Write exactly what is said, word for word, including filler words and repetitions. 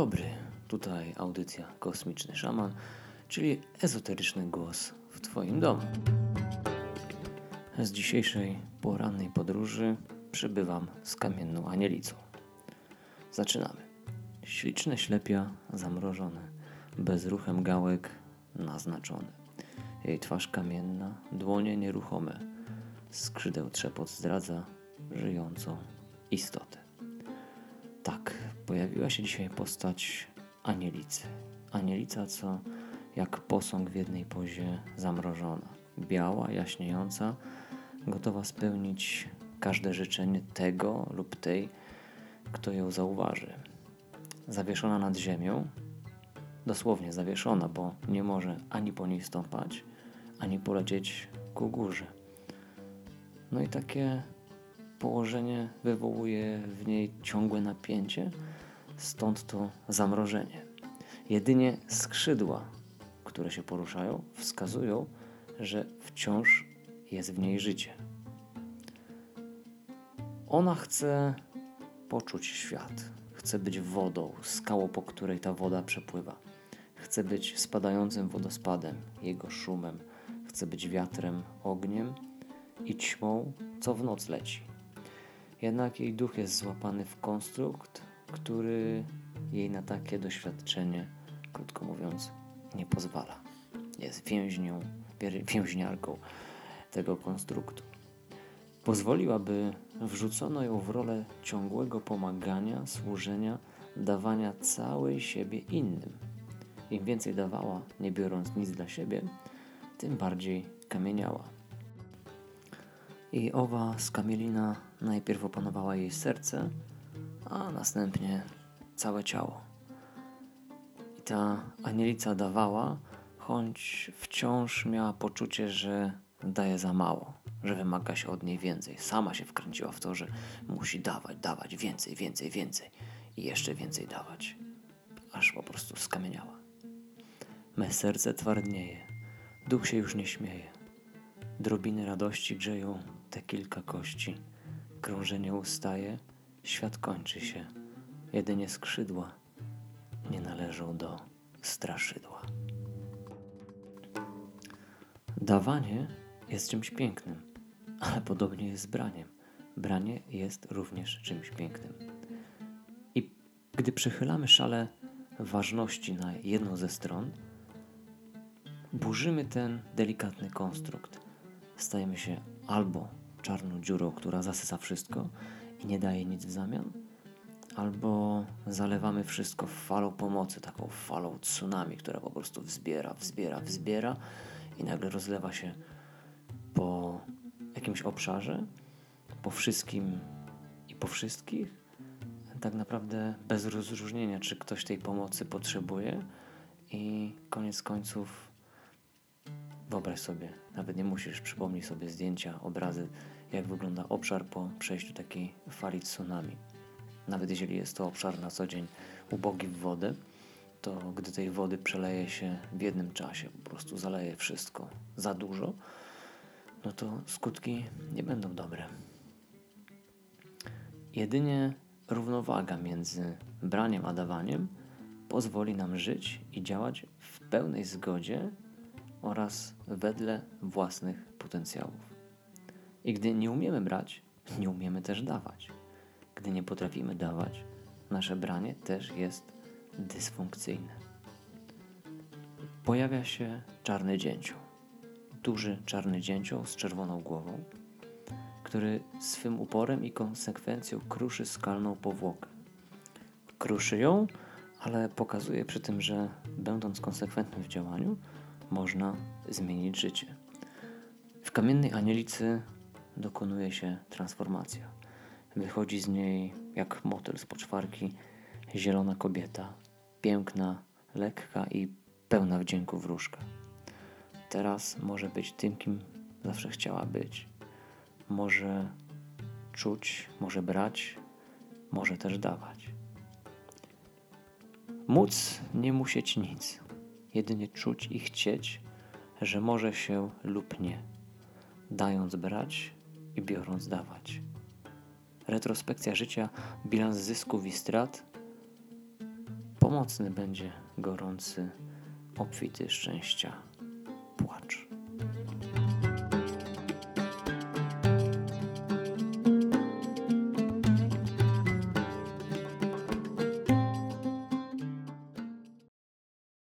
dobry, tutaj audycja Kosmiczny Szaman, czyli ezoteryczny głos w Twoim domu. Z dzisiejszej porannej podróży przybywam z kamienną Anielicą. Zaczynamy. Śliczne ślepia zamrożone, bezruchem gałek naznaczone. Jej twarz kamienna, dłonie nieruchome, skrzydeł trzepot zdradza żyjącą istotę. Tak, pojawiła się dzisiaj postać Anielicy. Anielica, co jak posąg w jednej pozie zamrożona. Biała, jaśniejąca, gotowa spełnić każde życzenie tego lub tej, kto ją zauważy. Zawieszona nad ziemią, dosłownie zawieszona, bo nie może ani po niej stąpać, ani polecieć ku górze. No i takie położenie wywołuje w niej ciągłe napięcie, stąd to zamrożenie. Jedynie skrzydła, które się poruszają, wskazują, że wciąż jest w niej życie. Ona chce poczuć świat, chce być wodą, skałą, po której ta woda przepływa. Chce być spadającym wodospadem, jego szumem, chce być wiatrem, ogniem i ćmą, co w noc leci. Jednak jej duch jest złapany w konstrukt, który jej na takie doświadczenie, krótko mówiąc, nie pozwala. Jest więźnią, więźniarką tego konstruktu. Pozwoliłaby, wrzucono ją w rolę ciągłego pomagania, służenia, dawania całej siebie innym. Im więcej dawała, nie biorąc nic dla siebie, tym bardziej kamieniała. I owa skamielina najpierw opanowała jej serce, a następnie całe ciało. I ta Anielica dawała, choć wciąż miała poczucie, że daje za mało, że wymaga się od niej więcej. Sama się wkręciła w to, że musi dawać, dawać więcej, więcej, więcej i jeszcze więcej dawać, aż po prostu skamieniała. Me serce twardnieje, duch się już nie śmieje. Drobiny radości grzeją te kilka kości. Krążenie ustaje, świat kończy się. Jedynie skrzydła nie należą do straszydła. Dawanie jest czymś pięknym, ale podobnie jest z braniem. Branie jest również czymś pięknym. I gdy przechylamy szalę ważności na jedną ze stron, burzymy ten delikatny konstrukt. Stajemy się albo czarną dziurą, która zasysa wszystko i nie daje nic w zamian, albo zalewamy wszystko falą pomocy, taką falą tsunami, która po prostu wzbiera, wzbiera, wzbiera i nagle rozlewa się po jakimś obszarze, po wszystkim i po wszystkich, tak naprawdę bez rozróżnienia, czy ktoś tej pomocy potrzebuje i koniec końców wyobraź sobie, nawet nie musisz, przypomnij sobie zdjęcia, obrazy, jak wygląda obszar po przejściu takiej fali tsunami. Nawet jeżeli jest to obszar na co dzień ubogi w wodę, to gdy tej wody przeleje się w jednym czasie, po prostu zaleje wszystko za dużo, no to skutki nie będą dobre. Jedynie równowaga między braniem a dawaniem pozwoli nam żyć i działać w pełnej zgodzie oraz wedle własnych potencjałów. I gdy nie umiemy brać, nie umiemy też dawać. Gdy nie potrafimy dawać, nasze branie też jest dysfunkcyjne. Pojawia się czarny dzięcioł. Duży czarny dzięcioł z czerwoną głową, który swym uporem i konsekwencją kruszy skalną powłokę. Kruszy ją, ale pokazuje przy tym, że będąc konsekwentnym w działaniu, można zmienić życie. W kamiennej Anielicy dokonuje się transformacja. Wychodzi z niej jak motyl z poczwarki zielona kobieta, piękna, lekka i pełna wdzięku wróżka. Teraz może być tym, kim zawsze chciała być. Może czuć, może brać, może też dawać. Móc nie musieć nic, jedynie czuć i chcieć, że może się lub nie, dając brać i biorąc dawać. Retrospekcja życia, bilans zysków i strat Pomocny będzie gorący, obfity szczęścia